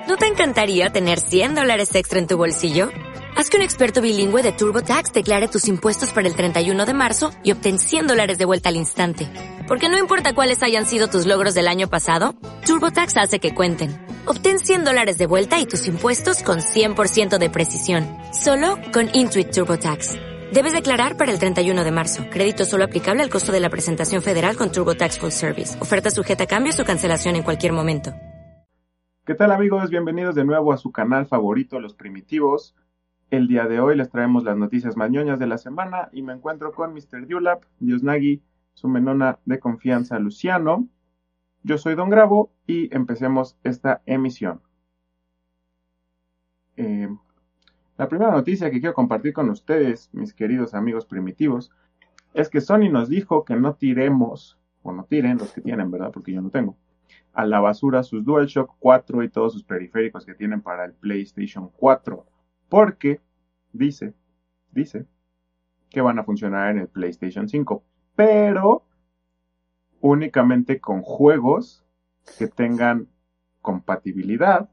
¿No te encantaría tener $100 extra en tu bolsillo? Haz que un experto bilingüe de TurboTax declare tus impuestos para el 31 de marzo y obtén $100 de vuelta al instante. Porque no importa cuáles hayan sido tus logros del año pasado, TurboTax hace que cuenten. Obtén $100 de vuelta y tus impuestos con 100% de precisión. Solo con Intuit TurboTax. Debes declarar para el 31 de marzo. Crédito solo aplicable al costo de la presentación federal con TurboTax Full Service. Oferta sujeta a cambios o cancelación en cualquier momento. ¿Qué tal, amigos? Bienvenidos de nuevo a su canal favorito, Los Primitivos. El día de hoy les traemos las noticias mañoñas de la semana y me encuentro con Mr. Diulap, Diosnagi, su menona de confianza, Luciano. Yo soy Don Grabo y empecemos esta emisión. La primera noticia que quiero compartir con ustedes, mis queridos amigos primitivos, es que Sony nos dijo que no tiremos, o no tiren los que tienen, ¿verdad? Porque yo no tengo, a la basura sus DualShock 4 y todos sus periféricos que tienen para el PlayStation 4. Porque dice que van a funcionar en el PlayStation 5, pero únicamente con juegos que tengan compatibilidad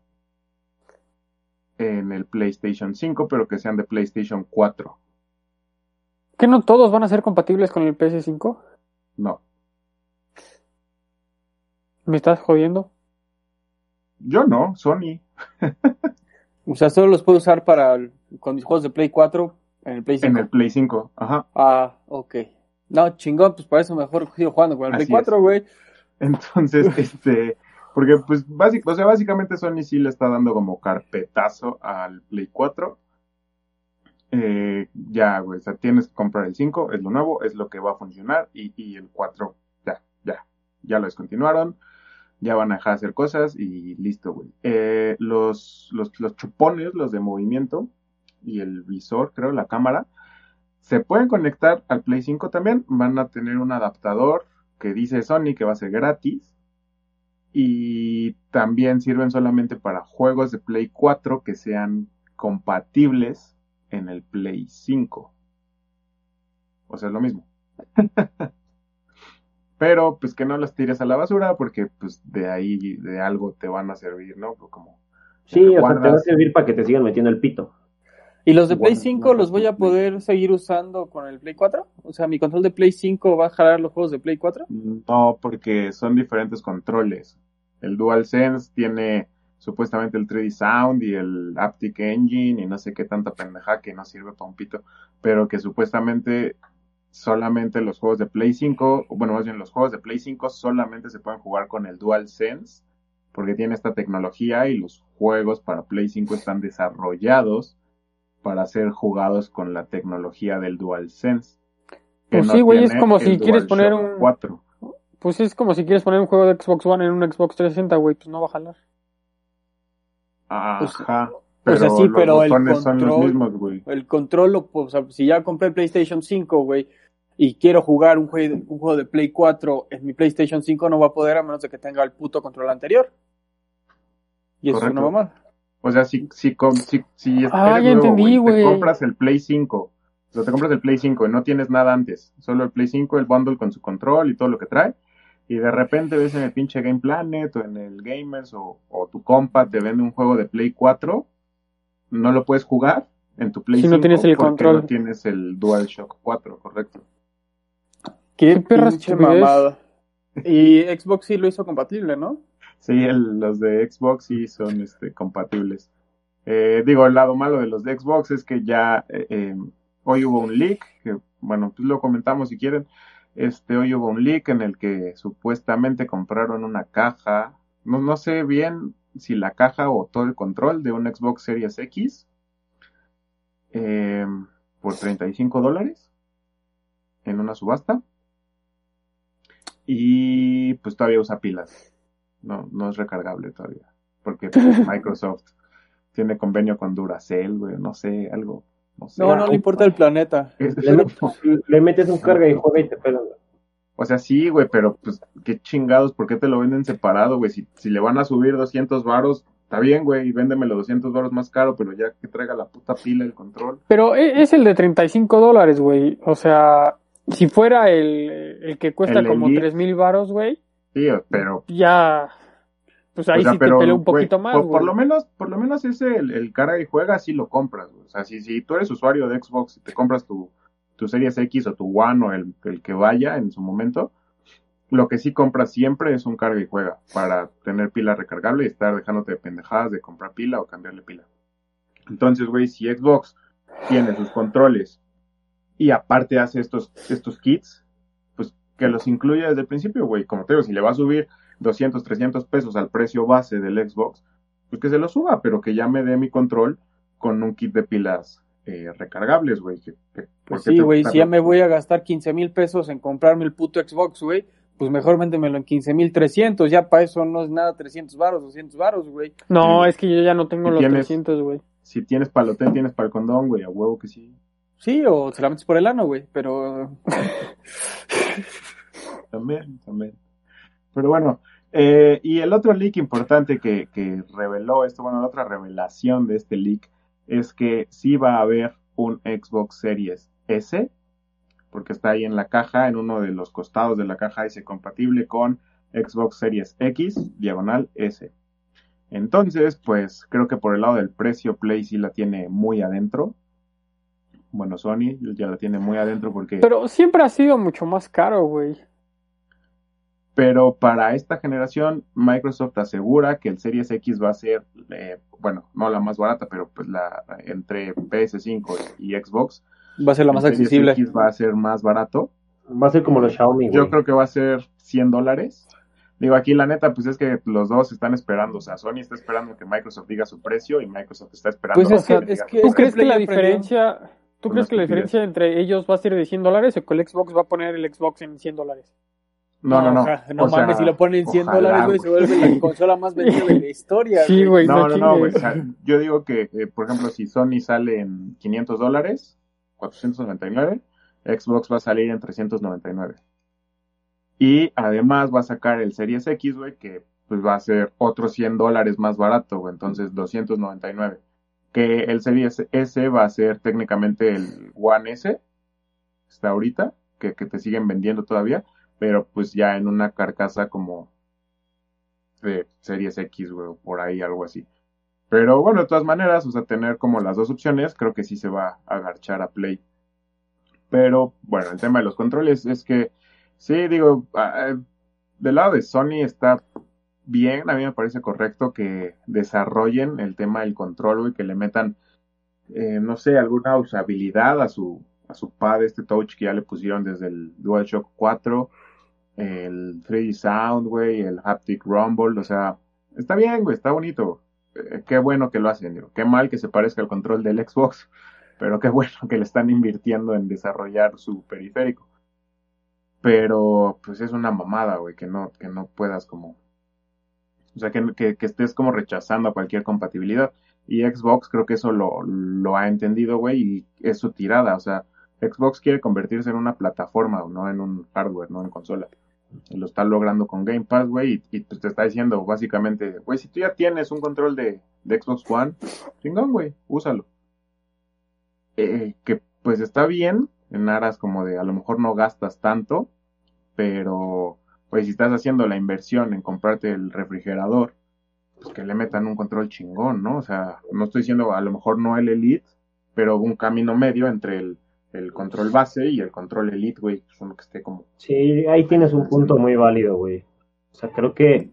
en el PlayStation 5, pero que sean de PlayStation 4. ¿Que no todos van a ser compatibles con el PS5? No. ¿Me estás jodiendo? Yo no, Sony. O sea, solo los puedo usar con mis juegos de Play 4 en el Play 5. En el Play 5, ajá. Ah, ok. No, chingón, pues para eso mejor sigo jugando con el Play 4, güey. Entonces, porque pues básicamente Sony sí le está dando como carpetazo al Play 4. Ya, güey, o sea, tienes que comprar el 5, es lo nuevo, es lo que va a funcionar, y el 4, ya lo descontinuaron. Ya van a dejar de hacer cosas y listo, güey. Los chupones, los de movimiento y el visor, creo, la cámara, se pueden conectar al Play 5 también. Van a tener un adaptador que dice Sony que va a ser gratis. Y también sirven solamente para juegos de Play 4 que sean compatibles en el Play 5. O sea, es lo mismo. Pero pues que no las tires a la basura porque pues de ahí de algo te van a servir, ¿no? Como sí, o sea, te va a servir para que te sigan metiendo el pito. ¿Y los de Play 5 los voy a poder seguir usando con el Play 4? O sea, ¿mi control de Play 5 va a jalar los juegos de Play 4? No, porque son diferentes controles. El DualSense tiene supuestamente el 3D Sound y el Haptic Engine y no sé qué tanta pendeja que no sirve para un pito, pero que supuestamente solamente los juegos de Play 5, bueno, más bien los juegos de Play 5 solamente se pueden jugar con el DualSense, porque tiene esta tecnología y los juegos para Play 5 están desarrollados para ser jugados con la tecnología del DualSense. Pues sí, güey, es como si quieres poner un 4. Pues es como si quieres poner un juego de Xbox One en un Xbox 360, güey, pues no va a jalar. Ajá. Pues, pero sí, pero los botones son los mismos, güey. El control, o sea, si ya compré el PlayStation 5, güey, y quiero jugar un juego de Play 4 en mi PlayStation 5, no va a poder a menos de que tenga el puto control anterior. Y eso es una mamada. O sea, si ya entendí, güey. Te compras el Play 5, o sea, te compras el Play 5 y no tienes nada antes, solo el Play 5, el bundle con su control y todo lo que trae, y de repente ves en el pinche Game Planet o en el Gamers o tu compa te vende un juego de Play 4, no lo puedes jugar en tu Play 5 no tienes el control. No tienes el DualShock 4, correcto. Qué pinche mamada. Y Xbox sí lo hizo compatible, ¿no? Sí, los de Xbox sí son compatibles. Digo, el lado malo de los de Xbox es que ya hoy hubo un leak, que bueno, pues lo comentamos si quieren. Hoy hubo un leak en el que supuestamente compraron una caja, no sé bien si la caja o todo el control de un Xbox Series X por $35 en una subasta, y pues todavía usa pilas, no es recargable todavía, porque pues, Microsoft tiene convenio con Duracell, güey, no sé, algo. No sé. No le importa el planeta. Le metes un carga y juega y te pelan. O sea, sí, güey, pero pues qué chingados, ¿por qué te lo venden separado, güey? Si le van a subir 200 varos, está bien, güey, y véndemelo 200 varos más caro, pero ya que traiga la puta pila, el control. Pero es el de $35, güey. O sea, si fuera el que cuesta como 3,000 varos, güey. Sí, pero... Ya... Pues ahí O sea, sí pero, te peleo un güey, poquito más, por güey. lo menos ese, el carga y juega, sí lo compras, güey. O sea, si tú eres usuario de Xbox y te compras tu Series X o tu One o el que vaya en su momento, lo que sí compras siempre es un carga y juega para tener pila recargable y estar dejándote de pendejadas de comprar pila o cambiarle pila. Entonces, güey, si Xbox tiene sus controles y aparte hace estos kits, pues que los incluya desde el principio, güey. Como te digo, si le va a subir 200, 300 pesos al precio base del Xbox, pues que se lo suba, pero que ya me dé mi control con un kit de pilas recargables, güey. Pues sí, güey, si ya me voy a gastar 15,000 pesos en comprarme el puto Xbox, güey, pues mejor véndemelo en 15,300, ya para eso no es nada 300 varos, 200 varos, güey. No, Sí, es que yo ya no tengo si los tienes- 300, güey. Si tienes para el hotel, tienes para el condón, güey, a huevo que sí. Sí, o se la metes por el ano, güey, pero... También. Pero bueno, y el otro leak importante que reveló esto, bueno, la otra revelación de este leak es que sí va a haber un Xbox Series S, porque está ahí en la caja, en uno de los costados de la caja, dice compatible con Xbox Series X, diagonal S. Entonces, pues creo que por el lado del precio, Play sí la tiene muy adentro. Bueno, Sony ya la tiene muy adentro porque... Pero siempre ha sido mucho más caro, güey. Pero para esta generación, Microsoft asegura que el Series X va a ser, bueno, no la más barata, pero pues la entre PS5 y Xbox. Va a ser la más el Series accesible. X va a ser más barato. Va a ser como los Xiaomi, güey. Yo creo que va a ser $100. Digo, aquí la neta, pues es que los dos están esperando. O sea, Sony está esperando que Microsoft diga su precio y Microsoft está esperando Pues es que que- diga es su que- ¿Tú precio. crees que Play la aprendió. diferencia... ¿Tú Una crees que la estupidez. diferencia entre ellos va a ser de $100 o que el Xbox va a poner el Xbox en $100? No. No O sea, mames, si lo ponen $100, ojalá, güey, se vuelve la consola más vendida de la historia, Sí, güey, No, no güey. O chingues. sea, yo digo que, por ejemplo, si Sony sale en $500, 499, Xbox va a salir en 399. Y además va a sacar el Series X, güey, que pues va a ser otros $100 más barato, güey, entonces 299. Que el Series S va a ser técnicamente el One S, está ahorita, que te siguen vendiendo todavía, pero pues ya en una carcasa como de Series X, güey, o por ahí, algo así. Pero bueno, de todas maneras, o sea, tener como las dos opciones, creo que sí se va a agarchar a Play. Pero bueno, el tema de los controles es que, sí, digo, del lado de Sony está bien, a mí me parece correcto que desarrollen el tema del control, güey, que le metan, no sé, alguna usabilidad a su pad, este touch que ya le pusieron desde el DualShock 4, el 3D Sound, güey, el Haptic Rumble, o sea, está bien, güey, está bonito. Qué bueno que lo hacen, digo. Qué mal que se parezca al control del Xbox, pero qué bueno que le están invirtiendo en desarrollar su periférico. Pero, pues es una mamada, güey, que no puedas como... O sea, que estés como rechazando a cualquier compatibilidad. Y Xbox creo que eso lo ha entendido, güey, y es su tirada. O sea, Xbox quiere convertirse en una plataforma, no en un hardware, no en consola. Y lo está logrando con Game Pass, güey, y pues te está diciendo básicamente, güey, si tú ya tienes un control de Xbox One, chingón, güey, úsalo. Que pues está bien, en aras como de a lo mejor no gastas tanto, pero pues si estás haciendo la inversión en comprarte el refrigerador, pues que le metan un control chingón, ¿no? O sea, no estoy diciendo a lo mejor no el Elite, pero un camino medio entre el control base y el control Elite, güey, pues uno que esté como... Sí, ahí tienes un punto muy válido, güey. O sea, creo que...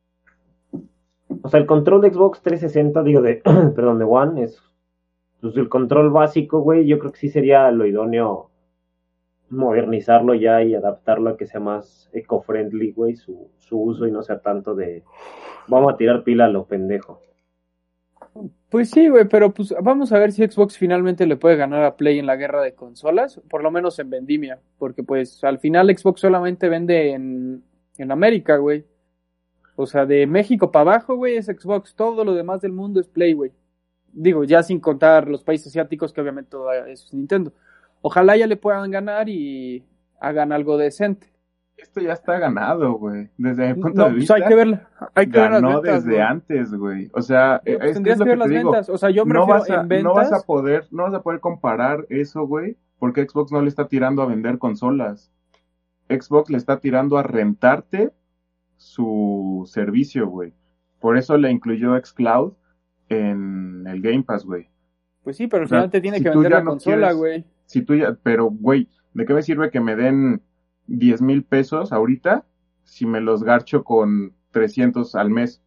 O sea, el control de Xbox 360, digo, perdón, de One, es... Pues el control básico, güey, yo creo que sí sería lo idóneo modernizarlo ya y adaptarlo a que sea más eco-friendly, güey, su uso y no sea tanto de... Vamos a tirar pila a lo pendejo. Pues sí, güey, pero pues vamos a ver si Xbox finalmente le puede ganar a Play en la guerra de consolas, por lo menos en vendimia, porque pues al final Xbox solamente vende en América, güey. O sea, de México para abajo, güey, es Xbox, todo lo demás del mundo es Play, güey. Digo, ya sin contar los países asiáticos, que obviamente todo eso es Nintendo. Ojalá ya le puedan ganar y hagan algo decente. Esto ya está ganado, güey. Desde mi punto No, de pues vista, hay que verla, hay que ver las ganó ventas, desde güey. antes, güey. O sea, No, pues es tendrías lo que ver te las digo. ventas. O sea, yo me No refiero vas a, en ventas. no vas a poder comparar eso, güey, porque Xbox no le está tirando a vender consolas. Xbox le está tirando a rentarte su servicio, güey. Por eso le incluyó xCloud en el Game Pass, güey. Pues sí, pero al O sea, final te tiene si que tú vender ya la no consola, quieres- güey. Si tú ya, pero, güey, ¿de qué me sirve que me den 10,000 pesos ahorita si me los garcho con 300 al mes?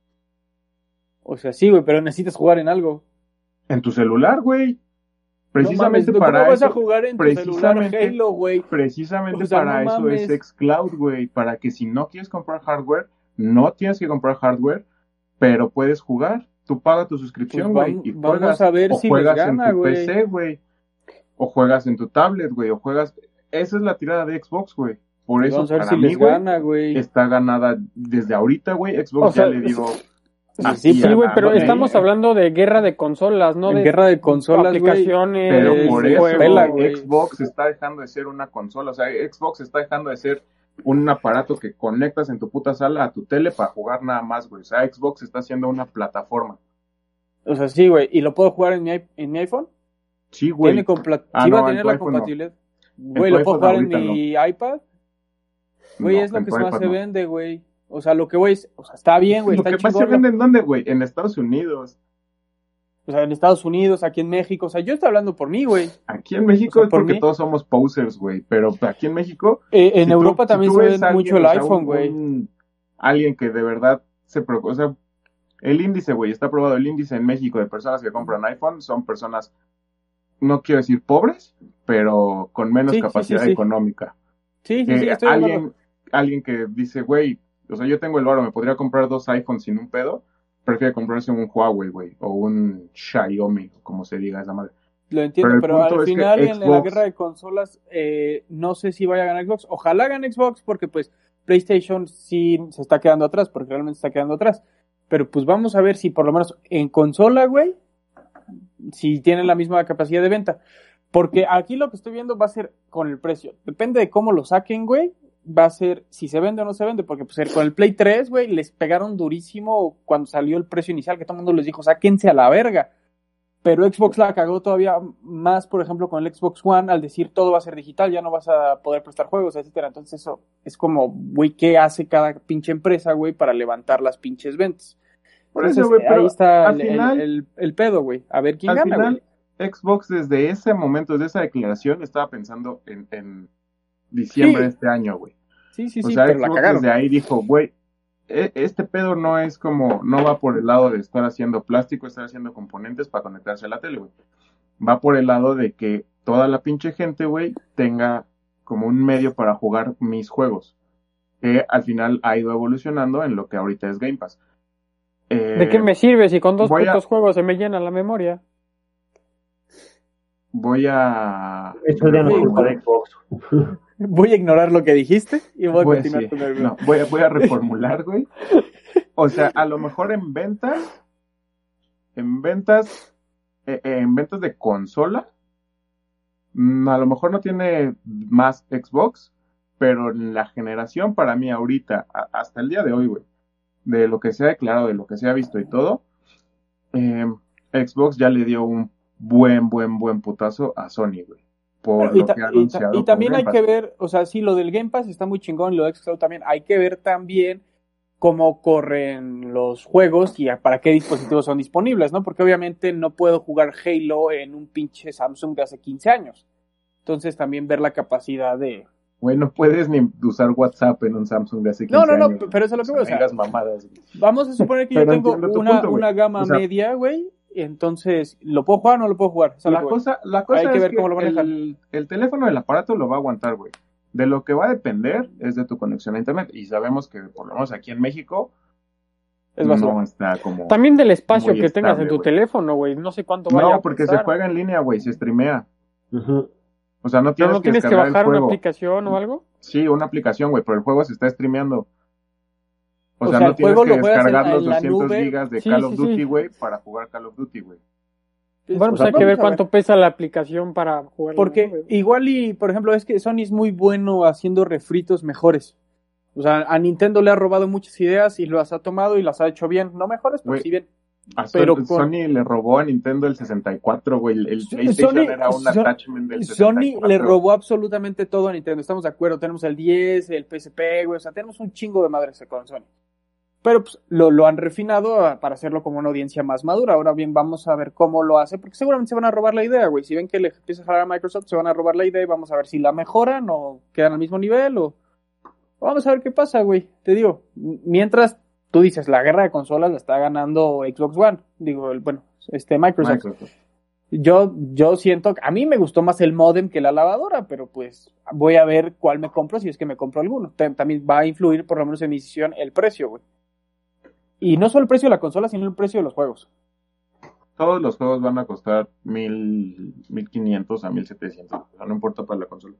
O sea, sí, güey, pero necesitas jugar en algo. En tu celular, güey. Precisamente no mames, para ¿cómo vas eso. a jugar en tu celular Halo, güey? Precisamente O sea, para no eso mames. es xCloud, güey. Para que si no quieres comprar hardware, no tienes que comprar hardware, pero puedes jugar. Tú pagas tu suscripción, Pues güey, y vamos juegas. a ver O si juegas les gana, en tu güey. PC, güey. O juegas en tu tablet, güey. O juegas. Esa es la tirada de Xbox, güey. Por Pues eso, vamos a ver para si mí, les güey, gana, güey. está ganada desde ahorita, güey. Xbox O sea, ya le dio. sí, Sí, güey, pero Sony, estamos hablando de guerra de consolas, no En de guerra de consolas, güey. aplicaciones, Pero por eso, juegos. pela, güey, güey. Xbox está dejando de ser una consola. O sea, Xbox está dejando de ser un aparato que conectas en tu puta sala a tu tele para jugar nada más, güey. O sea, Xbox está haciendo una plataforma. O sea, sí, güey. ¿Y lo puedo jugar en mi iPhone? Sí, güey. ¿Tiene Ah, sí va no, a en tener tu la iPhone compatibilidad. En Güey, tu ¿lo puedo iPhone jugar en ahorita mi iPad? Güey, No, es lo en que tu más iPad se no. vende, güey. O sea, lo que, güey, o sea, está bien, güey, Lo está que más se chingón. vende en dónde, güey? En Estados Unidos. O sea, en Estados Unidos, aquí en México. O sea, yo estoy hablando por mí, güey. Aquí en México O sea, es por porque mí. todos somos posers, güey. Pero aquí en México. En si Europa también tú se ves vende a mucho alguien, el o sea, iPhone, güey. Alguien que de verdad se preocupa. O sea, el índice, güey, está probado. El índice en México de personas que compran iPhone son personas, no quiero decir pobres, pero con menos Sí, capacidad sí. económica. Sí, estoy de acuerdo. Alguien que dice, güey, o sea, yo tengo el varo, me podría comprar 2 iPhones sin un pedo, prefiere comprarse un Huawei, güey, o un Xiaomi, como se diga esa madre. Lo entiendo, el pero punto al es que final en la Xbox- guerra de consolas no sé si vaya a ganar Xbox. Ojalá gane Xbox porque pues PlayStation sí se está quedando atrás, porque realmente se está quedando atrás. Pero pues vamos a ver si por lo menos en consola, güey, si tienen la misma capacidad de venta. Porque aquí lo que estoy viendo va a ser con el precio. Depende de cómo lo saquen, güey. Va a ser si se vende o no se vende. Porque pues con el Play 3, güey, les pegaron durísimo cuando salió el precio inicial, que todo el mundo les dijo, sáquense a la verga. Pero Xbox la cagó todavía más, por ejemplo, con el Xbox One, al decir todo va a ser digital, ya no vas a poder prestar juegos, etcétera. Entonces eso es como, güey, ¿qué hace cada pinche empresa, güey, para levantar las pinches ventas? Por Entonces, eso, güey, pero ahí está al final, el pedo, güey. A ver quién al gana, final, güey. Xbox desde ese momento, desde esa declaración, estaba pensando en diciembre de este año, güey. Sí, O sea, pero la Xbox cagaron. desde ahí dijo, güey, este pedo no es como, no va por el lado de estar haciendo plástico, estar haciendo componentes para conectarse a la tele, güey. Va por el lado de que toda la pinche gente, güey, tenga como un medio para jugar mis juegos. Que al final ha ido evolucionando en lo que ahorita es Game Pass. ¿De qué me sirve si con 2 voy a- putos juegos se me llena la memoria? Voy a... Eso ya no es culpa de Xbox. Voy a ignorar lo que dijiste y voy a Voy a continuar decir- con el no, voy a reformular, güey. O sea, a lo mejor en ventas de consola, a lo mejor no tiene más Xbox, pero en la generación para mí ahorita, hasta el día de hoy, güey, de lo que se ha declarado, de lo que se ha visto y todo, Xbox ya le dio un buen putazo a Sony, güey. Por lo que ha anunciado. Y también con hay Game que Pass. ver, o sea, sí, lo del Game Pass está muy chingón, lo de xCloud también. Hay que ver también cómo corren los juegos y para qué dispositivos son disponibles, ¿no? Porque obviamente no puedo jugar Halo en un pinche Samsung de hace 15 años. Entonces también ver la capacidad de... Güey, no puedes ni usar WhatsApp en un Samsung de hace 15 No, años. pero eso es lo que voy a digas mamadas, güey. Vamos a suponer que yo Pero tengo entiendo tu una, punto, güey. una gama O sea, media, güey, entonces, ¿lo puedo jugar o no lo puedo jugar? Eso es lo La que voy. cosa Hay que es ver que cómo lo manejan. el teléfono del aparato lo va a aguantar, güey. De lo que va a depender es de tu conexión a internet. Y sabemos que, por lo menos aquí en México, Es basura. no está como... También del espacio Muy que tengas estable, en tu güey. teléfono, güey. No sé cuánto vaya No, a porque se pesar. juega en línea, güey, se streamea. Ujú. O sea, no Pero tienes no tienes que descargar bajar el una juego. aplicación o algo. Sí, una aplicación, güey, pero el juego se está streameando. O O sea, sea, no el tienes juego que lo juegas descargar en los la 200 nube. gigas de Sí, Call of sí, Duty, sí. güey, para jugar Call of Duty, güey. Bueno, O pues sea, hay que vamos ver a cuánto pesa la aplicación para jugar. Porque igual y, por ejemplo, es que Sony es muy bueno haciendo refritos mejores. O sea, a Nintendo le ha robado muchas ideas y las ha tomado y las ha hecho bien. No mejores, pero Güey, sí bien. A Pero Sony le robó a Nintendo el 64, güey. El PlayStation era un attachment del 64. Sony le robó absolutamente todo a Nintendo. Estamos de acuerdo. Tenemos el 10, el PSP, güey. O sea, tenemos un chingo de madres con Sony. Pero pues lo han refinado para hacerlo como una audiencia más madura. Ahora bien, vamos a ver cómo lo hace, porque seguramente se van a robar la idea, güey. Si ven que le empieza a jalar a Microsoft, se van a robar la idea y vamos a ver si la mejoran o quedan al mismo nivel o vamos a ver qué pasa, güey. Te digo, mientras tú dices, la guerra de consolas la está ganando Xbox One. Digo, Microsoft. Yo siento que a mí me gustó más el módem que la lavadora, pero pues voy a ver cuál me compro si es que me compro alguno. También va a influir, por lo menos en mi decisión, el precio, güey. Y no solo el precio de la consola, sino el precio de los juegos. Todos los juegos van a costar 1,500 a 1,700. O sea, no importa para la consola.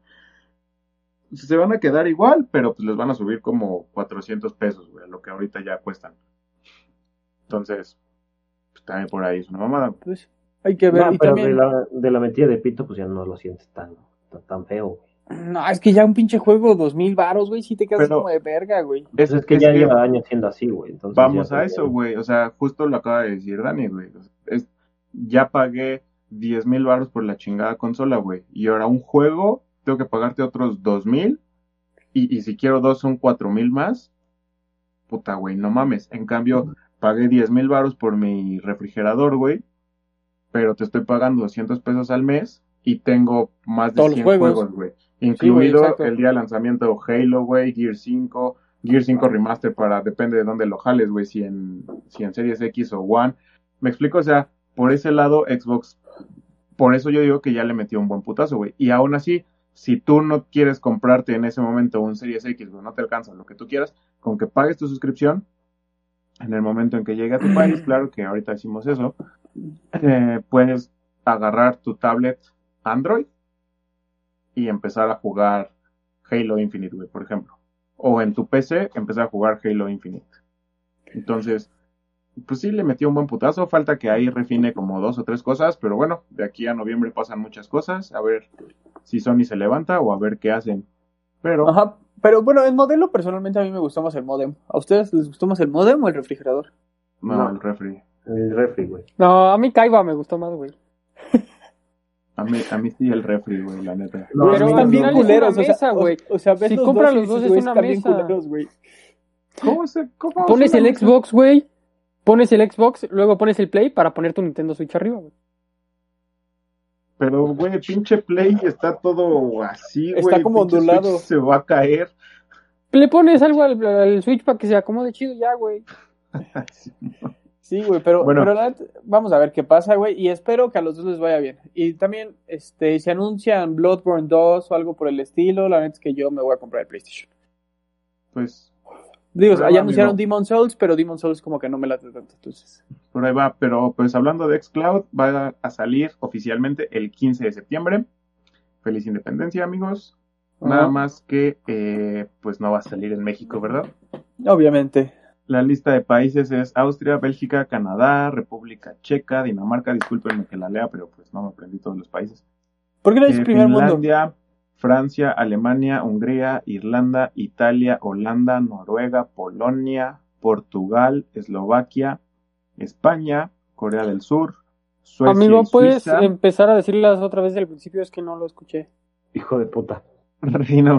Se van a quedar igual, pero pues les van a subir como 400 pesos, güey, a lo que ahorita ya cuestan. Entonces, pues también por ahí es una mamada. Pues hay que ver. No, y pero también... de la metida de pito, pues ya no lo sientes tan feo, güey. No, es que ya un pinche juego 2,000 varos, güey, sí te quedas Pero como de verga, güey. Es que ya lleva años siendo así, güey. Entonces vamos ya a eso, güey. O sea, justo lo acaba de decir Dani, güey. Ya pagué 10,000 varos por la chingada consola, güey. Y ahora un juego, tengo que pagarte otros 2,000. Y si quiero dos, son 4,000 más. Puta, güey, no mames. En cambio, pagué 10,000 varos por mi refrigerador, güey. Pero te estoy pagando 200 pesos al mes. Y tengo más de Todos 100 los juegos, juegos, güey. Incluido sí, güey, el día de lanzamiento Halo, güey, Gear 5 Remaster depende de dónde lo jales, güey, si en Series X o One. Me explico, o sea, por ese lado Xbox, por eso yo digo que ya le metió un buen putazo, güey. Y aún así, si tú no quieres comprarte en ese momento un Series X, güey, no te alcanza lo que tú quieras, con que pagues tu suscripción, en el momento en que llegue a tu país, claro que ahorita hicimos eso, puedes agarrar tu tablet Android y empezar a jugar Halo Infinite, güey, por ejemplo. O en tu PC empezar a jugar Halo Infinite. Entonces, pues sí le metió un buen putazo. Falta que ahí refine como 2 o 3 cosas. Pero bueno, de aquí a noviembre pasan muchas cosas. A ver si Sony se levanta o a ver qué hacen. Pero... Ajá, pero bueno, el modelo personalmente a mí me gustó más el modem. ¿A ustedes les gustó más el modem o el refrigerador? No, el refri. El refri, güey. No, a mí Kaiba me gustó más, güey. A mí sí el refri, güey, la neta. No, Pero a mí están bien al final es culeros, una mesa, güey. o sea, ves Si los compras dos y los dos dices, es güey, una están bien mesa. culeros, güey. ¿Cómo Pones es una el mesa? Xbox, güey. Pones el Xbox, luego pones el Play para poner tu Nintendo Switch arriba, güey. Pero, güey, pinche Play está todo así, güey. Está como pinche ondulado. Switch se va a caer. Le pones algo al Switch para que se acomode chido ya, güey. Sí, güey, pero Bueno. la neta, vamos a ver qué pasa, güey, y espero que a los dos les vaya bien. Y también, si anuncian Bloodborne 2 o algo por el estilo, la neta es que yo me voy a comprar el PlayStation. Pues, Digo, Prueba, ya anunciaron amigo. Demon's Souls, pero Demon's Souls como que no me late tanto, entonces. por ahí va. Pero, pues, hablando de xCloud, va a salir oficialmente el 15 de septiembre. Feliz Independencia, amigos. Nada Ajá. más que, pues, no va a salir en México, ¿verdad? Obviamente. La lista de países es Austria, Bélgica, Canadá, República Checa, Dinamarca. Discúlpenme que la lea, pero pues no me aprendí todos los países. ¿Por qué no dices primer mundo? Finlandia, Francia, Alemania, Hungría, Irlanda, Italia, Holanda, Noruega, Polonia, Portugal, Eslovaquia, España, Corea del Sur, Suecia Amigo, y ¿puedes Suiza, empezar a decirlas otra vez del principio? Es que no lo escuché. Hijo de puta. Reino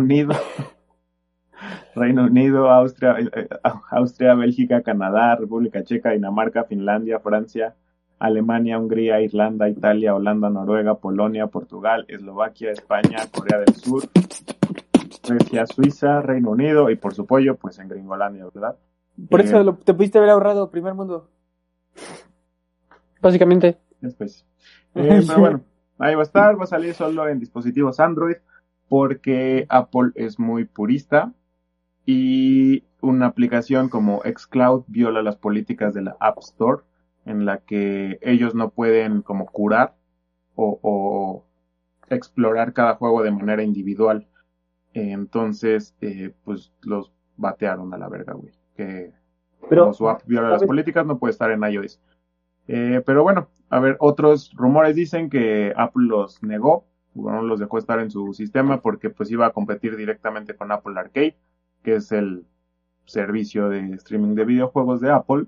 Unido, Austria, Bélgica, Canadá, República Checa, Dinamarca, Finlandia, Francia, Alemania, Hungría, Irlanda, Italia, Holanda, Noruega, Polonia, Portugal, Eslovaquia, España, Corea del Sur, Suecia, Suiza, Reino Unido y por su pollo, pues en Gringolandia, ¿verdad? Por eso te pudiste haber ahorrado primer mundo. Básicamente. Después. Pero bueno, ahí va a estar, va a salir solo en dispositivos Android porque Apple es muy purista y una aplicación como xCloud viola las políticas de la App Store en la que ellos no pueden como curar o explorar cada juego de manera individual. Entonces, pues los batearon a la verga, güey. Que Pero, como su app viola las ¿sabes? políticas, no puede estar en iOS. Pero bueno, a ver, otros rumores dicen que Apple los negó, no los dejó estar en su sistema porque pues iba a competir directamente con Apple Arcade, que es el servicio de streaming de videojuegos de Apple,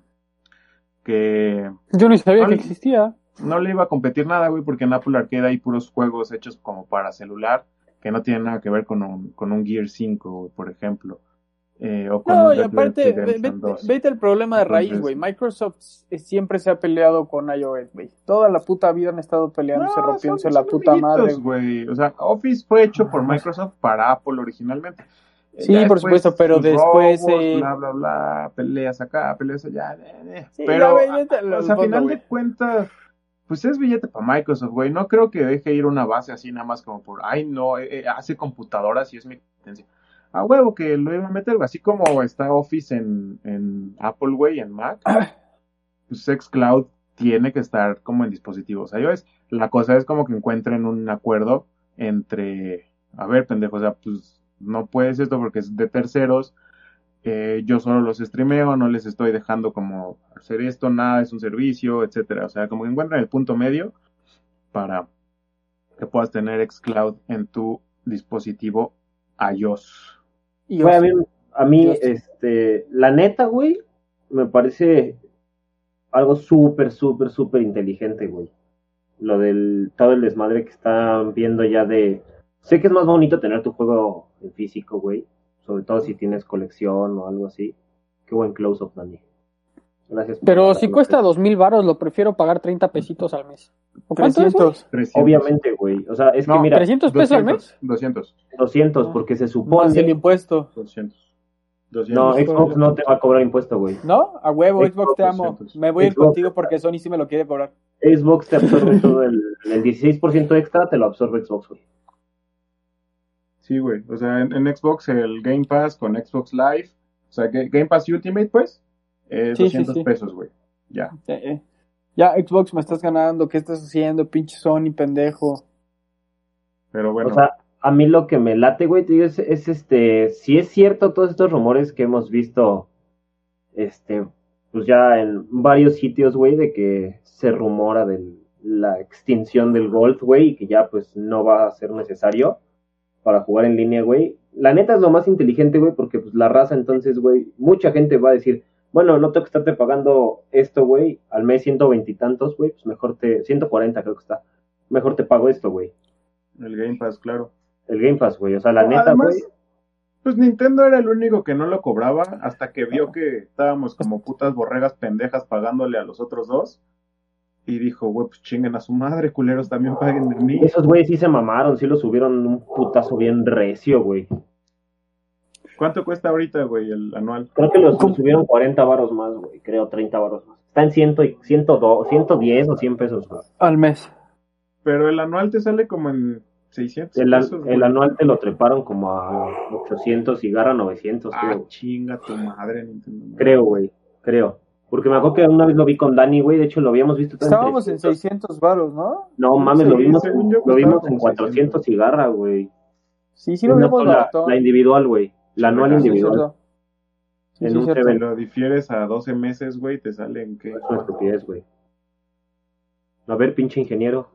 que Yo ni sabía no que le- existía. no le iba a competir nada, güey, porque en Apple Arcade hay puros juegos hechos como para celular, que no tienen nada que ver con un Gear 5, güey, por ejemplo. o con No, un y Red Dead aparte, Redemption 2. vete el problema de raíz, Entonces, güey. Microsoft siempre se ha peleado con iOS, güey. Toda la puta vida han estado peleándose, no, rompiéndose la son puta madre. amiguitos, güey. O sea, Office fue hecho por Microsoft para Apple originalmente. Sí, Ya por después, supuesto, pero sus después... robos, bla, bla, bla, peleas acá, peleas allá. Sí, Pero, ya vete al o sea, a fondo, final güey. de cuentas, pues es billete para Microsoft, güey. No creo que deje ir una base así nada más como por, ay, no, hace computadoras y es mi competencia. A huevo que lo iba a meter, güey. Así como está Office en Apple, güey, en Mac, pues xCloud tiene que estar como en dispositivos iOS. La cosa es como que encuentren un acuerdo entre, a ver, pendejo, o sea, pues no puedes esto porque es de terceros, yo solo los streameo, no les estoy dejando como hacer esto, nada, es un servicio, etcétera. O sea, como que encuentran el punto medio para que puedas tener xCloud en tu dispositivo iOS. Y Güey, a mí, Dios. la neta, güey, me parece algo súper, súper, súper inteligente, güey. Lo del todo el desmadre que están viendo ya de... Sé que es más bonito tener tu juego en físico, güey. Sobre todo si tienes colección o algo así. Qué buen close-up, Dani. Gracias. Pero si cuesta 2,000 varos, lo prefiero pagar 30 pesitos al mes. ¿O cuánto es, güey? 300. 300. Obviamente, güey. O sea, es que No, mira, 300 pesos al mes. 200. 200, porque se Más el supone... impuesto. 200. No, 200. Xbox no te va a cobrar impuesto, güey. ¿No? A huevo, Xbox te amo. 200. Me voy a ir Xbox. contigo porque Sony sí me lo quiere cobrar. Xbox te absorbe todo el 16% extra, te lo absorbe Xbox, güey. Sí, güey. O sea, en Xbox el Game Pass con Xbox Live, o sea, Game Pass Ultimate, pues, Sí, 200 sí. pesos, güey. Ya. Ya, Xbox, me estás ganando. ¿Qué estás haciendo, pinche Sony, pendejo? Pero bueno. O sea, a mí lo que me late, güey, te digo, es si es cierto todos estos rumores que hemos visto, pues ya en varios sitios, güey, de que se rumora de la extinción del Gold, güey, y que ya pues no va a ser necesario para jugar en línea, güey. La neta es lo más inteligente, güey, porque pues la raza entonces, güey, mucha gente va a decir, bueno, no tengo que estarte pagando esto, güey, al mes 120 y tantos, güey, pues mejor 140 creo que está, mejor te pago esto, güey. El Game Pass, claro. El Game Pass, güey, o sea, la No, neta, además, güey. pues Nintendo era el único que no lo cobraba hasta que vio que estábamos como putas borregas pendejas pagándole a los otros dos. Y dijo, güey, pues chinguen a su madre, culeros, también paguen de mí. Esos güeyes sí se mamaron, sí lo subieron un putazo bien recio, güey. ¿Cuánto cuesta ahorita, güey, el anual? Creo que lo subieron 40 varos más, güey, creo 30 varos más. Está en 102, 110 o 100 pesos, güey. Al mes. Pero el anual te sale como en 600 El pesos, güey. anual te lo treparon como a 800 y garra 900, Ah, creo. chinga tu madre, Nintendo. Creo, güey, creo. Porque me acuerdo que una vez lo vi con Dani, güey, de hecho lo habíamos visto. Estábamos en 600 varos, ¿no? No mames, Sí, lo vimos según yo lo costaba vimos como en 400 y garra, güey. Sí, sí lo Una vimos sola, barato. la individual, güey. La anual Sí, Sí, individual. cierto. Sí, En sí, un cierto. Si Seven. lo difieres a 12 meses, güey, te sale en qué. Es una estupidez, güey. A ver, pinche ingeniero.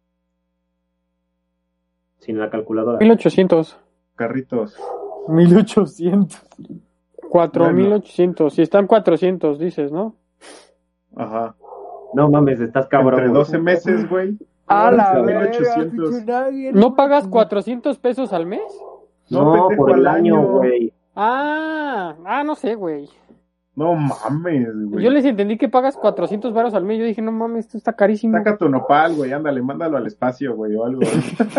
Sin la calculadora. 1,800. Carritos. 1800. 4,800. Si están 400, dices, ¿no? Ajá. No mames, estás cabrón. Entre güey. 12 meses, güey. A la Ahora sí, verga, 1800. pinche nadie. ¿No pagas 400 pesos al mes? No, pendejo, por el al año, güey. No sé, güey. No mames, güey. Yo les entendí que pagas 400 varos al mes. Yo dije, no mames, esto está carísimo. Saca tu nopal, güey, ándale, mándalo al espacio, güey, o algo.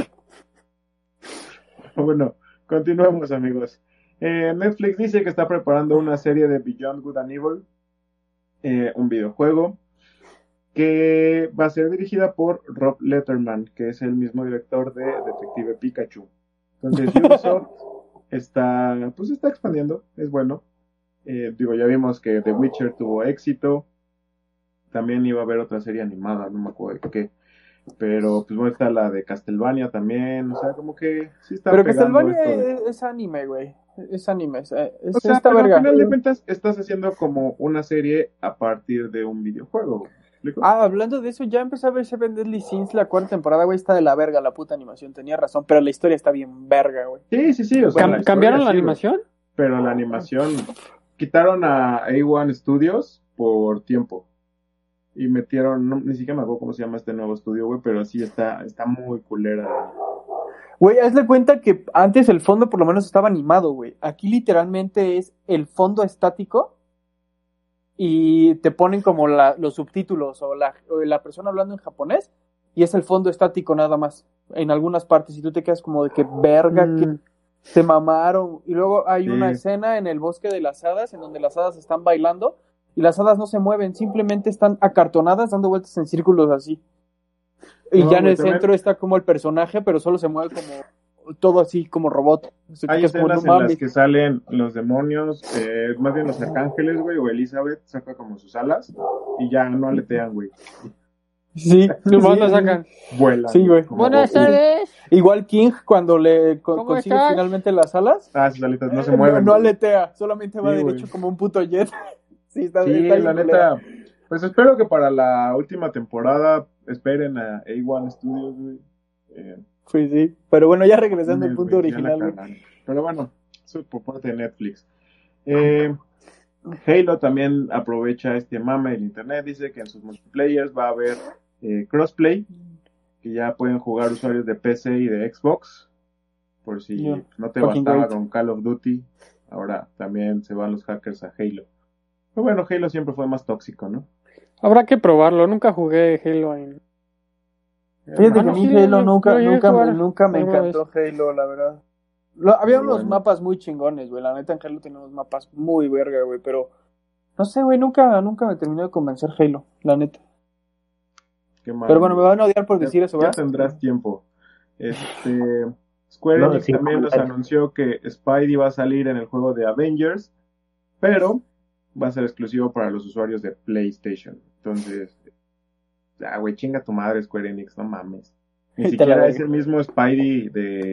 Bueno, continuamos, amigos. Netflix dice que está preparando una serie de Beyond Good and Evil, un videojuego que va a ser dirigida por Rob Letterman, que es el mismo director de Detective Pikachu. Entonces Ubisoft está expandiendo, es bueno. Ya vimos que The Witcher tuvo éxito. También iba a haber otra serie animada, no me acuerdo de qué. Pero pues bueno, está la de Castlevania también. O sea, como que sí está Pero pegando Castlevania esto de... es anime, güey. Es anime. Es O sea, esta pero al verga. final de cuentas estás haciendo como una serie a partir de un videojuego. ¿Me explico? Hablando de eso, ya empecé a ver Seven Deadly Sins, la cuarta temporada, güey, está de la verga la puta animación. Tenía razón, pero la historia está bien verga, güey. Sí. O sea, la ¿Cambiaron historia la sí, animación? güey. Pero la animación... Quitaron a A1 Studios por tiempo. Y metieron... ni siquiera me acuerdo cómo se llama este nuevo estudio, güey, pero sí está muy culera. Güey, hazle cuenta que antes el fondo por lo menos estaba animado, güey. Aquí literalmente es el fondo estático y te ponen como los subtítulos o la persona hablando en japonés y es el fondo estático nada más en algunas partes y tú te quedas como de que verga que se mamaron. Y luego hay una escena en el bosque de las hadas en donde las hadas están bailando y las hadas no se mueven, simplemente están acartonadas dando vueltas en círculos así. Y ya en el centro está como el personaje, pero solo se mueve como todo así como robot. Hay escenas en las que salen los demonios, más bien los arcángeles, güey, o Elizabeth saca como sus alas y ya no aletean, güey. Sí, nomás la sacan. Vuelan. Sí, güey. Buenas tardes. Igual King cuando le consigue estás? finalmente las alas. Sus alitas no se mueven. No aletea, solamente va Sí, derecho güey. como un puto jet. Sí, la neta. Pues espero que para la última temporada esperen a A1 Studios, güey. Pues sí, pero bueno, ya regresando al punto original, güey. Pero bueno, eso es por parte de Netflix. Halo también aprovecha este mame del internet, dice que en sus multiplayers va a haber crossplay, que ya pueden jugar usuarios de PC y de Xbox, por si no te bastaba con Call of Duty, ahora también se van los hackers a Halo. Pero bueno, Halo siempre fue más tóxico, ¿no? Habrá que probarlo, nunca jugué Halo en... Fíjate que a mí Halo nunca me Alguna encantó Halo, la verdad. Había unos mapas muy chingones, güey, la neta en Halo tenía unos mapas muy verga, güey, pero no sé, güey, nunca me terminó de convencer Halo, la neta. Qué mal, pero bueno, me van a odiar por decir eso, ya ¿verdad? tendrás tiempo. Square Enix también nos anunció que Spidey va a salir en el juego de Avengers, pero va a ser exclusivo para los usuarios de PlayStation. Entonces, güey, chinga tu madre Square Enix, no mames. Ni siquiera es el mismo Spidey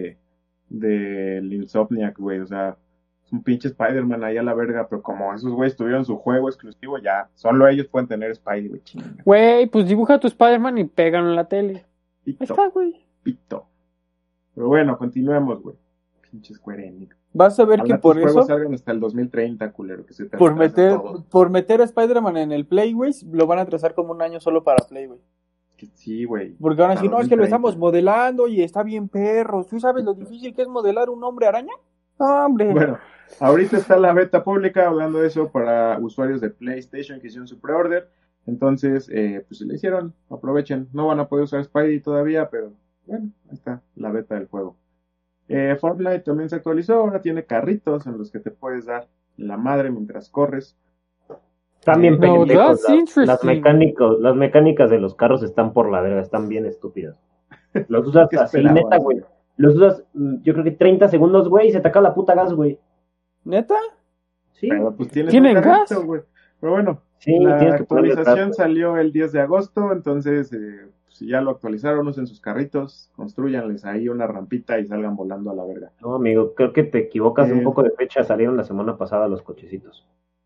del Insomniac, güey, o sea, es un pinche Spider-Man ahí a la verga, pero como esos güeyes tuvieron su juego exclusivo, ya, solo ellos pueden tener Spidey, güey, chinga. Güey, pues dibuja a tu Spider-Man y pégalo en la tele. Pito, ahí está, güey. Pito. Pero bueno, continuemos, güey. Pinche Square Enix. Vas a ver que por eso salgan hasta el 2030, culero, que se te por meter a Spider-Man en el Play, güey, lo van a trazar como un año solo para Play, güey. Sí, güey. Porque van a decir, no, es que lo estamos modelando y está bien perro. ¿Tú sabes lo difícil que es modelar un hombre araña? No, hombre. Bueno, ahorita está la beta pública hablando de eso para usuarios de PlayStation que hicieron su pre-order. Entonces, pues si le hicieron, aprovechen. No van a poder usar Spidey todavía, pero bueno, ahí está la beta del juego. Fortnite también se actualizó, ahora tiene carritos en los que te puedes dar la madre mientras corres. También las mecánicas de los carros están por la verga, están bien estúpidas. Los usas así, neta, güey. Los usas, yo creo que 30 segundos, güey, y se te acaba la puta gas, güey. ¿Neta? Sí. Pero pues ¿Tienen gas? Güey. Pero bueno, sí, la actualización salió el 10 de agosto, entonces si ya lo actualizaron, usen sus carritos, construyanles ahí una rampita y salgan volando a la verga. No, amigo, creo que te equivocas un poco de fecha, salieron la semana pasada los cochecitos.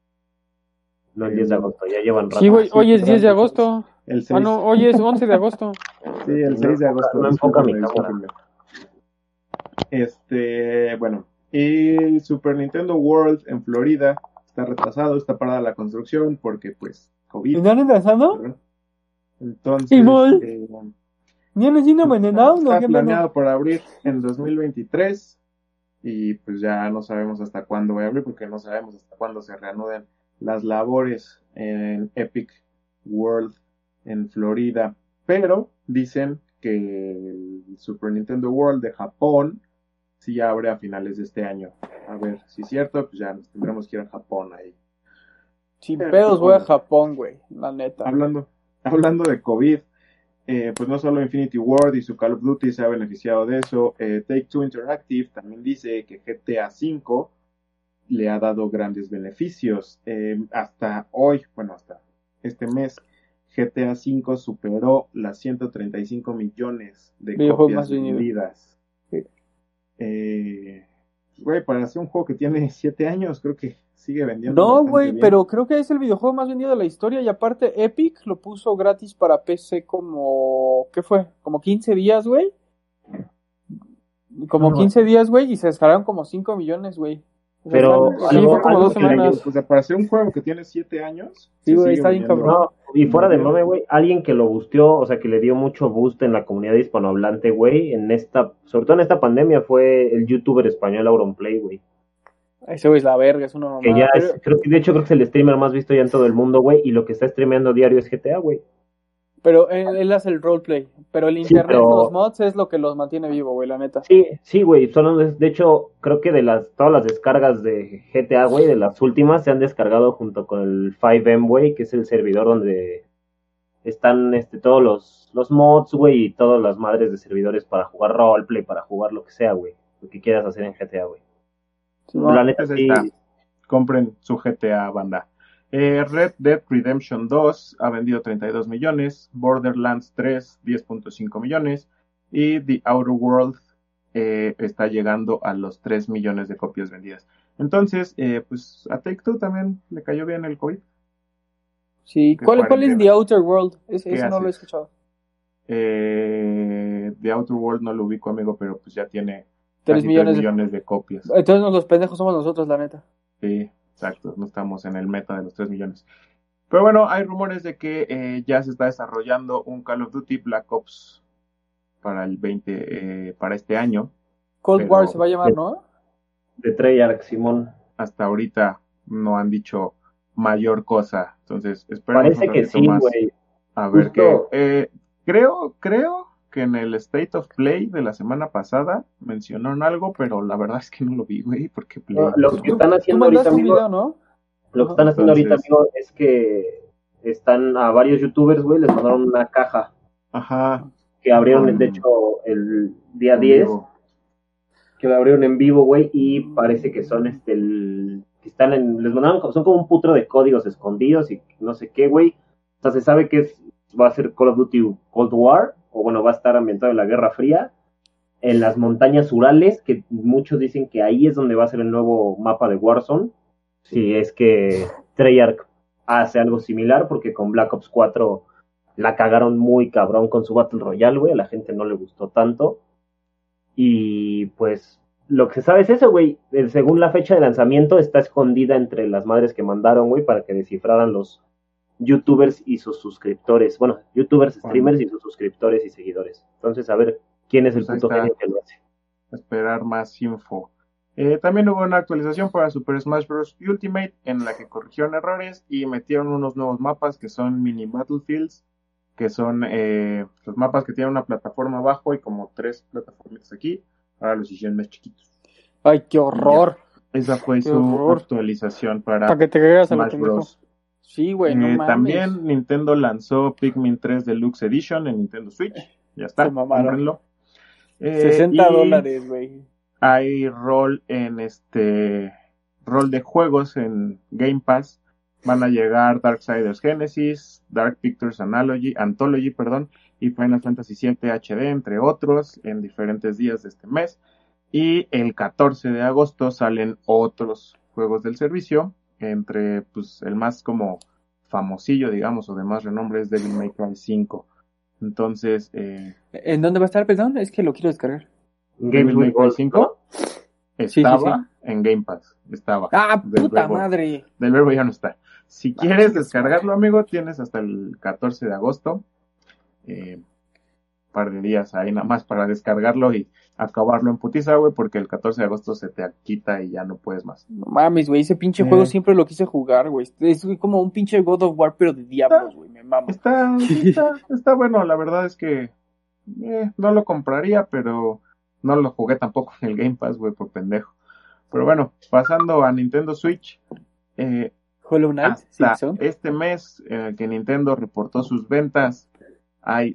No el 10 de agosto, ya llevan rato. Sí, güey, hoy es 10 de agosto. El 6. No, hoy es 11 de agosto. Sí, el 6 de agosto. No enfoca mi cámara. Bueno, y Super Nintendo World en Florida está retrasado, está parada la construcción porque, pues, COVID. ¿Están retrasando? Entonces, está planeado por abrir en 2023 y pues ya no sabemos hasta cuándo va a abrir porque no sabemos hasta cuándo se reanuden las labores en Epic World en Florida, pero dicen que el Super Nintendo World de Japón sí abre a finales de este año. A ver, si es cierto, pues ya nos tendremos que ir a Japón ahí. Sin pedos voy a Japón, güey, la neta. Hablando de COVID, pues no solo Infinity Ward y su Call of Duty se ha beneficiado de eso, Take-Two Interactive también dice que GTA V le ha dado grandes beneficios. Hasta hoy, hasta este mes, GTA V superó las 135 millones de copias vendidas. Güey, para hacer un juego que tiene 7 años, creo que sigue vendiendo. No, güey, pero creo que es el videojuego más vendido de la historia. Y aparte, Epic lo puso gratis para PC como... ¿Qué fue? Como 15 días, güey. 15 días, güey, y se descargaron como 5 millones, güey. Pero Sí, algo, fue como algo 2 que le ayudó- semanas. O sea, para ser un juego que tiene 7 años. Sí, se güey, sigue está bien vendiendo. cabrón. No, y fuera de Muy bien. mame, güey, alguien que lo busteó, o sea, que le dio mucho boost en la comunidad hispanohablante, güey, sobre todo en esta pandemia, fue el youtuber español Auronplay, güey. Ese güey es la verga, es una Que mamada. ya es, de hecho, creo que es el streamer más visto ya en todo el mundo, güey, y lo que está streameando diario es GTA, güey. Pero él hace el roleplay. Pero el Sí, internet, pero- los mods es lo que los mantiene vivo, güey, la neta. Sí, güey, de hecho, creo que todas las descargas de GTA, güey, de las últimas, se han descargado junto con el 5M, güey, que es el servidor donde están todos los mods, güey, y todas las madres de servidores para jugar roleplay, para jugar lo que sea, güey, lo que quieras hacer en GTA, güey. Sí, La neta, Pues ahí sí, está. Compren su GTA, banda. Red Dead Redemption 2 ha vendido 32 millones, Borderlands 3 10.5 millones y The Outer World está llegando a los 3 millones de copias vendidas. Entonces, pues a Take-Two también le cayó bien el COVID. Sí, Qué ¿cuál es cuarentena. The Outer World? Ese ¿Qué no lo he haces? escuchado. The Outer World no lo ubico, amigo, pero pues ya tiene 3 casi millones 3 millones de copias. Entonces los pendejos somos nosotros, la neta. Sí, exacto, no estamos en el meta de los 3 millones. Pero bueno, hay rumores de que ya se está desarrollando un Call of Duty Black Ops para para este año. Cold Pero- War se va a llamar, ¿no? de Treyarch, Simón. Hasta ahorita no han dicho mayor cosa, entonces esperemos Parece un que ratito sí, más güey. a ver Justo- qué. Creo que en el State of Play de la semana pasada mencionaron algo, pero la verdad es que no lo vi, güey, porque Play. Lo que están Tú haciendo ahorita, mandaste un amigo, video, ¿no? lo que están haciendo ahorita, Entonces- amigo, es que están a varios youtubers, güey, les mandaron una caja Ajá. que abrieron, Mm. de hecho, el día en 10, vivo. que la abrieron en vivo, güey, y parece que son que están les mandaron, son como un putro de códigos escondidos y no sé qué, güey. O sea, se sabe que va a ser Call of Duty Cold War, o bueno, va a estar ambientado en la Guerra Fría, en las montañas Urales, que muchos dicen que ahí es donde va a ser el nuevo mapa de Warzone, si es que Treyarch hace algo similar, porque con Black Ops 4 la cagaron muy cabrón con su Battle Royale, güey, a la gente no le gustó tanto. Y pues lo que se sabe es eso, güey. Según la fecha de lanzamiento, está escondida entre las madres que mandaron, güey, para que descifraran los youtubers y sus suscriptores. Bueno, youtubers, streamers y sus suscriptores y seguidores. Entonces, a ver quién es el Pues ahí puto está. genio que lo hace. Esperar más info. También hubo una actualización para Super Smash Bros. Ultimate en la que corrigieron errores y metieron unos nuevos mapas que son mini battlefields, que son los mapas que tienen una plataforma abajo y como 3 plataformas aquí. Ahora los hicieron más chiquitos. Ay, qué horror. Esa fue Qué su horror. actualización Para para que te caigas a lo Smash pendejo. Bros. Sí, güey, no mames. También Nintendo lanzó Pikmin 3 Deluxe Edition en Nintendo Switch. Ya está, Se mamaron. cómprenlo. $60, güey. Hay rol rol de juegos en Game Pass. Van a llegar Darksiders Genesis, Dark Pictures Anthology, y Final Fantasy VII HD, entre otros, en diferentes días de este mes. Y el 14 de agosto salen otros juegos del servicio, entre pues el más como famosillo, digamos, o de más renombre es Devil May Cry 5. Entonces, ¿En dónde va a estar, perdón? Es que lo quiero descargar. Devil May Cry 5 Sí, estaba en Game Pass, estaba. ¡Ah, Del puta verbo- madre! Del verbo ya no está. Si quieres descargarlo, amigo, tienes hasta el 14 de agosto. Par de días ahí nada más para descargarlo y acabarlo en putiza, güey, porque el 14 de agosto se te quita y ya no puedes más. No mames, güey, ese pinche juego siempre lo quise jugar, güey. Es como un pinche God of War, pero de diablos, güey, me mama. Está bueno, la verdad es que no lo compraría, pero no lo jugué tampoco en el Game Pass, güey, por pendejo. Pero bueno, pasando a Nintendo Switch, Hollow Knight, hasta Simpson. este mes en el que Nintendo reportó sus ventas, hay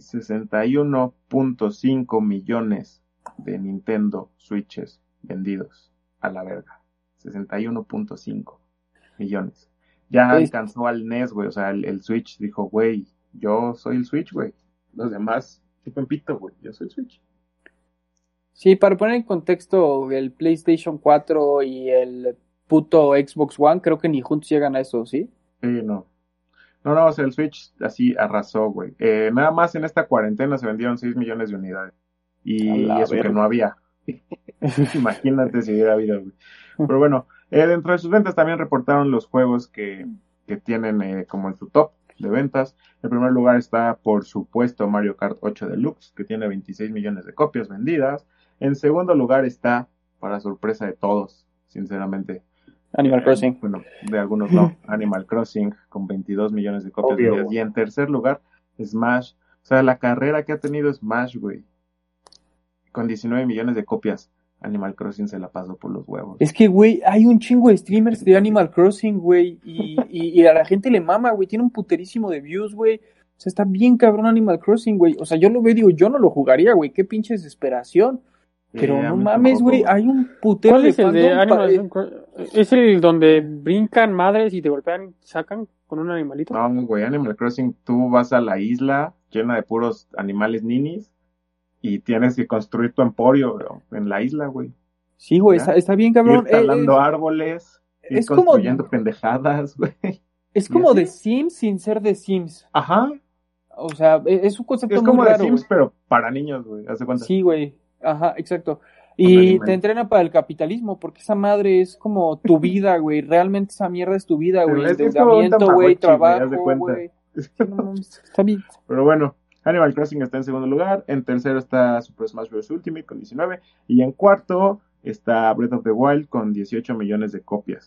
61.5 millones de Nintendo Switches vendidos a la verga. 61.5 millones. Ya alcanzó al NES, güey. O sea, el Switch dijo, güey, yo soy el Switch, güey. Los demás, chupen pito, güey. Yo soy el Switch. Sí, para poner en contexto, el PlayStation 4 y el puto Xbox One, creo que ni juntos llegan a eso, ¿sí? Sí, no. No, o sea, el Switch así arrasó, güey. Nada más en esta cuarentena se vendieron 6 millones de unidades. Y A la eso verga. que no había. Imagínate si hubiera habido, güey. Pero bueno, Dentro de sus ventas también reportaron los juegos que tienen como en su top de ventas. En primer lugar está, por supuesto, Mario Kart 8 Deluxe, que tiene 26 millones de copias vendidas. En segundo lugar está, para sorpresa de todos, sinceramente, Animal Crossing. bueno, de algunos no, Animal Crossing, con 22 millones de copias Obvio, vendidas. güey. Y en tercer lugar, Smash. O sea, la carrera que ha tenido Smash, güey, con 19 millones de copias. Animal Crossing se la pasó por los huevos. Es que, güey, hay un chingo de streamers de Animal Crossing, güey, y a la gente le mama, güey, tiene un puterísimo de views, güey. O sea, está bien cabrón Animal Crossing, güey. O sea, yo lo veo y digo, yo no lo jugaría, güey, qué pinche desesperación. Pero a no mí mames, tampoco, güey, hay un putero ¿Cuál de es el de fandom Animal Crossing? ¿Es el donde brincan madres y te golpean y sacan con un animalito? No, güey, Animal Crossing, tú vas a la isla llena de puros animales ninis y tienes que construir tu emporio, bro, en la isla, güey. Sí, güey, ¿Ya? está bien cabrón. Ir talando árboles, ir es como- construyendo pendejadas, güey. Es ¿Y como así? de Sims sin ser de Sims. Ajá, O sea, es un concepto es muy como raro, de Sims, güey. pero para niños, güey, haz de cuenta. Sí, güey. Ajá, exacto. Con Y animales. te entrena para el capitalismo, porque esa madre es como tu vida, güey. Realmente esa mierda es tu vida, Pero güey. es que es como un Endeudamiento, güey, Tamagotchi, güey, haz de trabajo, cuenta. güey. Sí, no mames, está bien. Pero bueno, Animal Crossing está en segundo lugar. En tercero está Super Smash Bros. Ultimate con 19. Y en cuarto está Breath of the Wild con 18 millones de copias.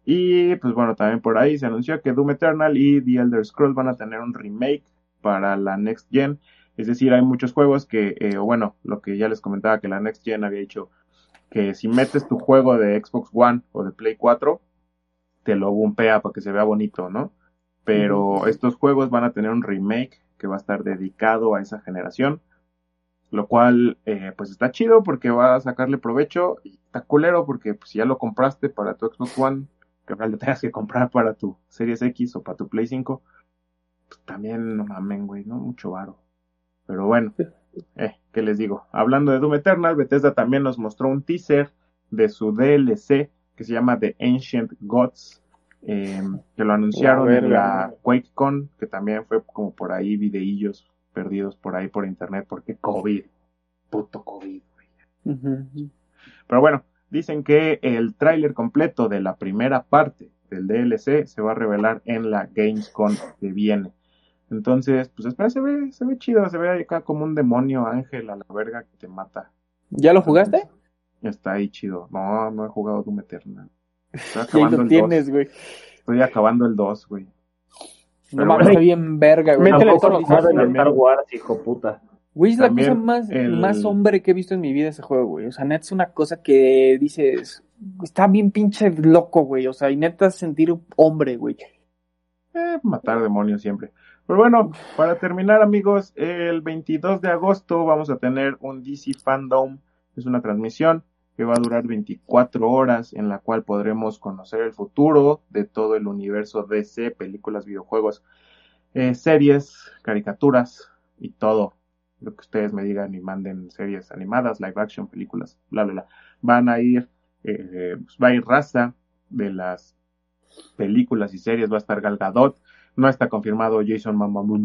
Y pues bueno, también por ahí se anunció que Doom Eternal y The Elder Scrolls van a tener un remake para la Next Gen. Es decir, hay muchos juegos que, bueno, lo que ya les comentaba, que la Next Gen había dicho que si metes tu juego de Xbox One o de Play 4, te lo bumpea para que se vea bonito, ¿no? Pero estos juegos van a tener un remake que va a estar dedicado a esa generación, lo cual pues está chido porque va a sacarle provecho, y está culero porque pues, si ya lo compraste para tu Xbox One, que ahora lo tengas que comprar para tu Series X o para tu Play 5, pues también no mamen, güey, ¿no? Mucho varo. Pero bueno, ¿qué les digo? Hablando de Doom Eternal, Bethesda también nos mostró un teaser de su DLC que se llama The Ancient Gods, que lo anunciaron en la QuakeCon, que también fue como por ahí videillos perdidos por ahí por internet, porque COVID, puto COVID, güey. Pero bueno, dicen que el tráiler completo de la primera parte del DLC se va a revelar en la Gamescom que viene. Entonces, pues espera, se ve chido, se ve acá como un demonio ángel a la verga que te mata. ¿Ya lo jugaste? Entonces, está ahí chido. No he jugado Doom Eternal. Estoy Y ahí acabando lo el tienes, 2. güey. Estoy acabando el 2, güey. No Pero mames, bueno. está bien verga, güey. Métele Tampoco todo, ni nada en también. Star Wars, hijo puta. Güey, es la También cosa más, el- más hombre que he visto en mi vida ese juego, güey. O sea, neta es una cosa que dices, está bien pinche loco, güey. O sea, y neta es sentir hombre, güey. Matar demonios siempre. Pero bueno, para terminar, amigos, el 22 de agosto vamos a tener un DC Fandom. Es una transmisión que va a durar 24 horas, en la cual podremos conocer el futuro de todo el universo DC, películas, videojuegos, series, caricaturas y todo lo que ustedes me digan y manden, series animadas, live action, películas, bla, bla, bla. Van a ir, pues va a ir raza de las películas y series, va a estar Gal Gadot, no está confirmado Jason Momoa,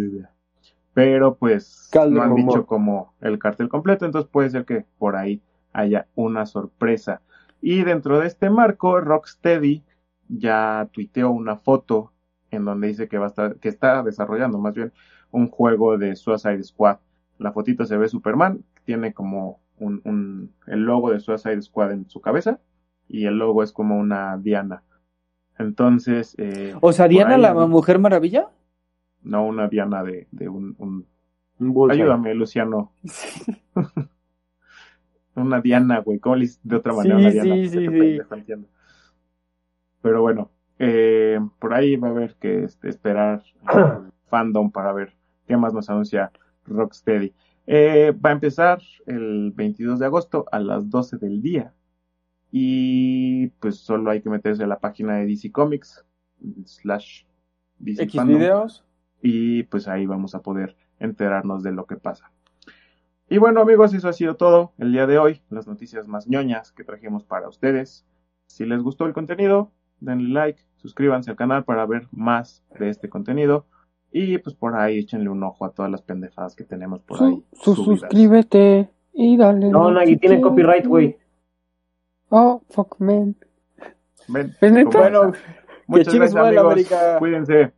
pero pues no han dicho como el cartel completo, entonces puede ser que por ahí haya una sorpresa. Y dentro de este marco, Rocksteady ya tuiteó una foto en donde dice que va a estar, que está desarrollando más bien un juego de Suicide Squad. La fotito se ve Superman, tiene como el logo de Suicide Squad en su cabeza y el logo es como una Diana. Entonces, O sea, por Diana, ahí la hay- Mujer Maravilla. no una Diana de un Un bullseye. ayúdame, Luciano. Una Diana, güey. ¿Cómo le dices de otra manera Sí, una Diana? sí, Porque sí, te sí. pendejo, entiendo. Pero bueno, por ahí va a haber que esperar fandom para ver qué más nos anuncia Rocksteady. Va a empezar el 22 de agosto a las 12 del día. Y pues solo hay que meterse a la página de DC Comics / DC X Fandom. videos. Y pues ahí vamos a poder enterarnos de lo que pasa. Y bueno, amigos, eso ha sido todo el día de hoy, las noticias más ñoñas que trajimos para ustedes. Si les gustó el contenido, denle like, suscríbanse al canal para ver más de este contenido y pues por ahí échenle un ojo a todas las pendejadas que tenemos por ahí subidas. Suscríbete y dale. No, like Nagui, si tiene quieres. copyright, güey. Oh, fuck, man. Ven. ¿Es neta? Bueno, que Muchas chingue gracias, su madre la amigos. América. Cuídense.